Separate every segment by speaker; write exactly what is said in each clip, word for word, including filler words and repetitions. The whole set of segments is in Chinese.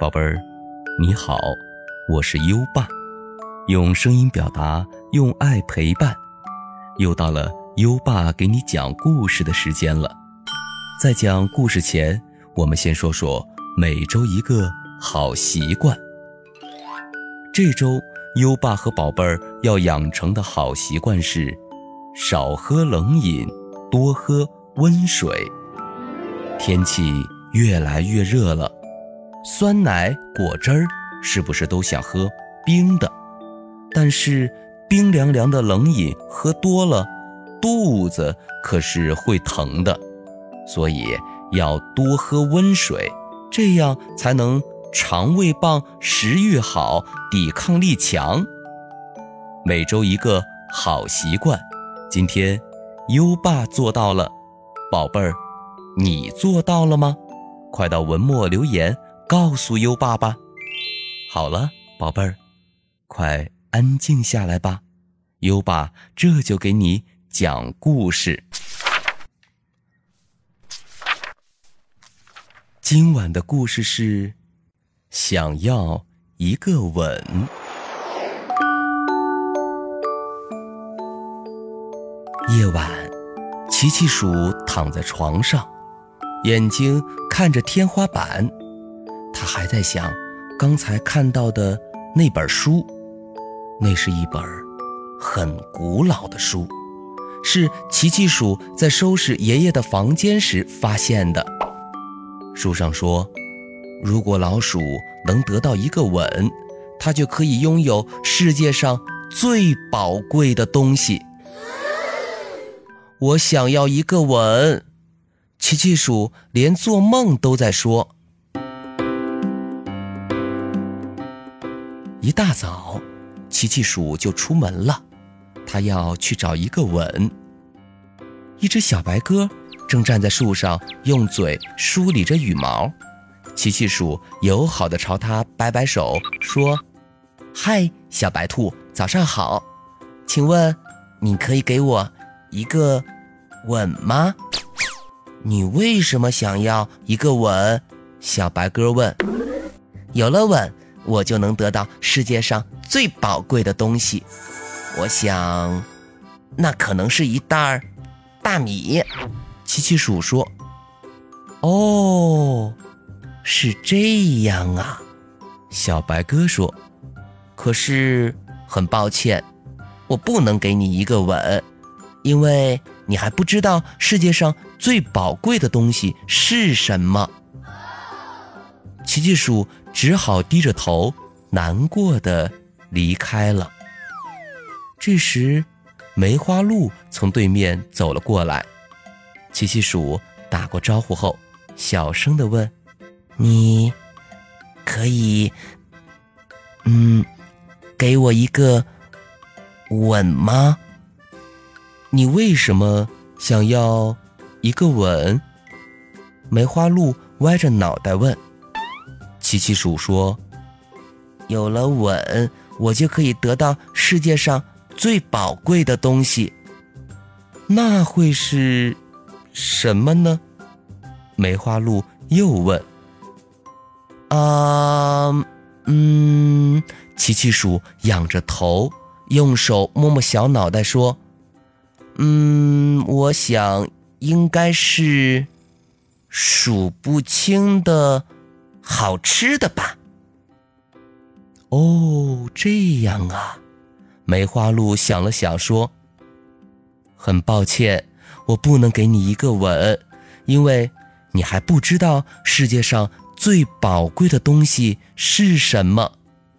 Speaker 1: 宝贝儿，你好，我是优爸，用声音表达，用爱陪伴。又到了优爸给你讲故事的时间了。在讲故事前，我们先说说每周一个好习惯。这周优爸和宝贝儿要养成的好习惯是少喝冷饮，多喝温水。天气越来越热了，酸奶果汁儿是不是都想喝冰的？但是冰凉凉的冷饮喝多了，肚子可是会疼的，所以要多喝温水，这样才能肠胃棒，食欲好，抵抗力强。每周一个好习惯，今天优爸做到了，宝贝儿，你做到了吗？快到文末留言告诉优爸吧。好了，宝贝儿，快安静下来吧，优爸这就给你讲故事。今晚的故事是想要一个吻。夜晚，奇奇鼠躺在床上，眼睛看着天花板，他还在想刚才看到的那本书。那是一本很古老的书，是奇奇鼠在收拾爷爷的房间时发现的。书上说，如果老鼠能得到一个吻，它就可以拥有世界上最宝贵的东西。我想要一个吻，奇奇鼠连做梦都在说。一大早，奇奇鼠就出门了，他要去找一个吻。一只小白鸽正站在树上，用嘴梳理着羽毛。奇奇鼠友好地朝他摆摆手，说：嗨，小白兔，早上好，请问你可以给我一个吻吗？你为什么想要一个吻？小白鸽问。有了吻，我就能得到世界上最宝贵的东西。我想，那可能是一袋大米。奇奇鼠说。哦，是这样啊，小白鸽说。可是很抱歉，我不能给你一个吻，因为你还不知道世界上最宝贵的东西是什么。奇奇鼠只好低着头，难过地离开了。这时，梅花鹿从对面走了过来。奇奇鼠打过招呼后，小声地问：你可以嗯给我一个吻吗？你为什么想要一个吻？梅花鹿歪着脑袋问。奇奇鼠说：有了吻，我就可以得到世界上最宝贵的东西。那会是什么呢？梅花鹿又问。啊，嗯，奇奇鼠仰着头，用手摸摸小脑袋说：嗯，我想应该是数不清的好吃的吧。哦，这样啊，梅花鹿想了想说：很抱歉，我不能给你一个吻，因为你还不知道世界上最宝贵的东西是什么。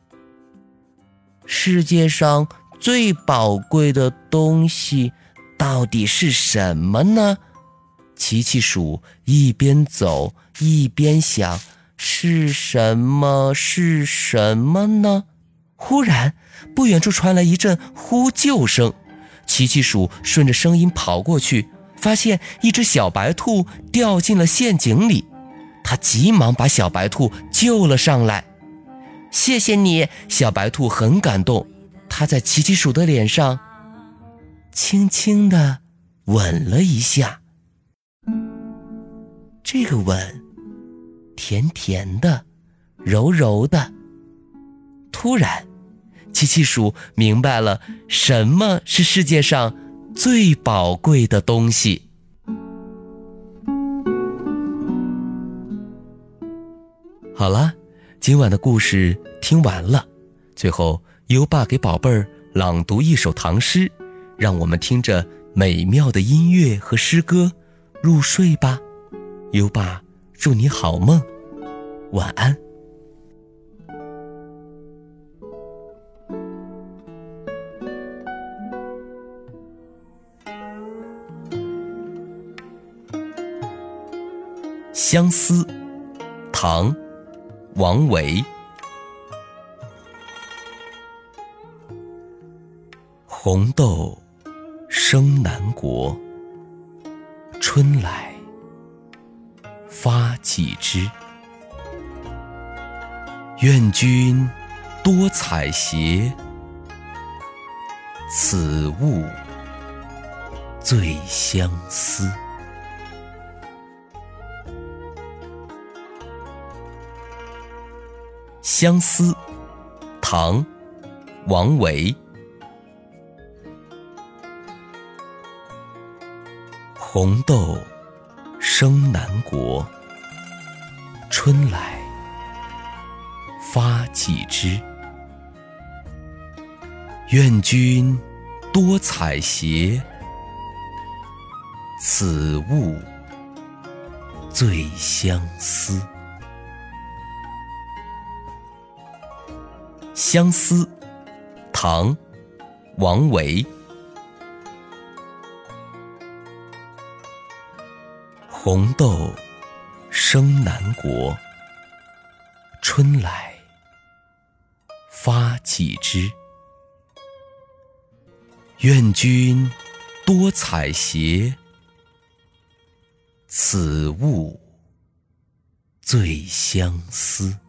Speaker 1: 世界上最宝贵的东西到底是什么呢？奇奇鼠一边走一边想，是什么是什么呢？忽然不远处传来一阵呼救声，奇奇鼠顺着声音跑过去，发现一只小白兔掉进了陷阱里。他急忙把小白兔救了上来。谢谢你，小白兔很感动，他在奇奇鼠的脸上轻轻地吻了一下。这个吻甜甜的，
Speaker 2: 柔柔的。突然，奇奇鼠明白了什么是世界上最宝贵的东西。好了，今晚的故事听完了。最后，优爸给宝贝儿朗读一首唐诗，让我们听着美妙的音乐和诗歌入睡吧。优爸祝你好梦，晚安。相思，唐，王维。红豆生南国，春来发几枝。愿君多采撷，此物最相思。相思，唐，王维。红豆生南国，春来发几枝。愿君多采撷，此物最相思。相思，唐，王维。红豆生南国，春来发几枝。愿君多采撷，此物最相思。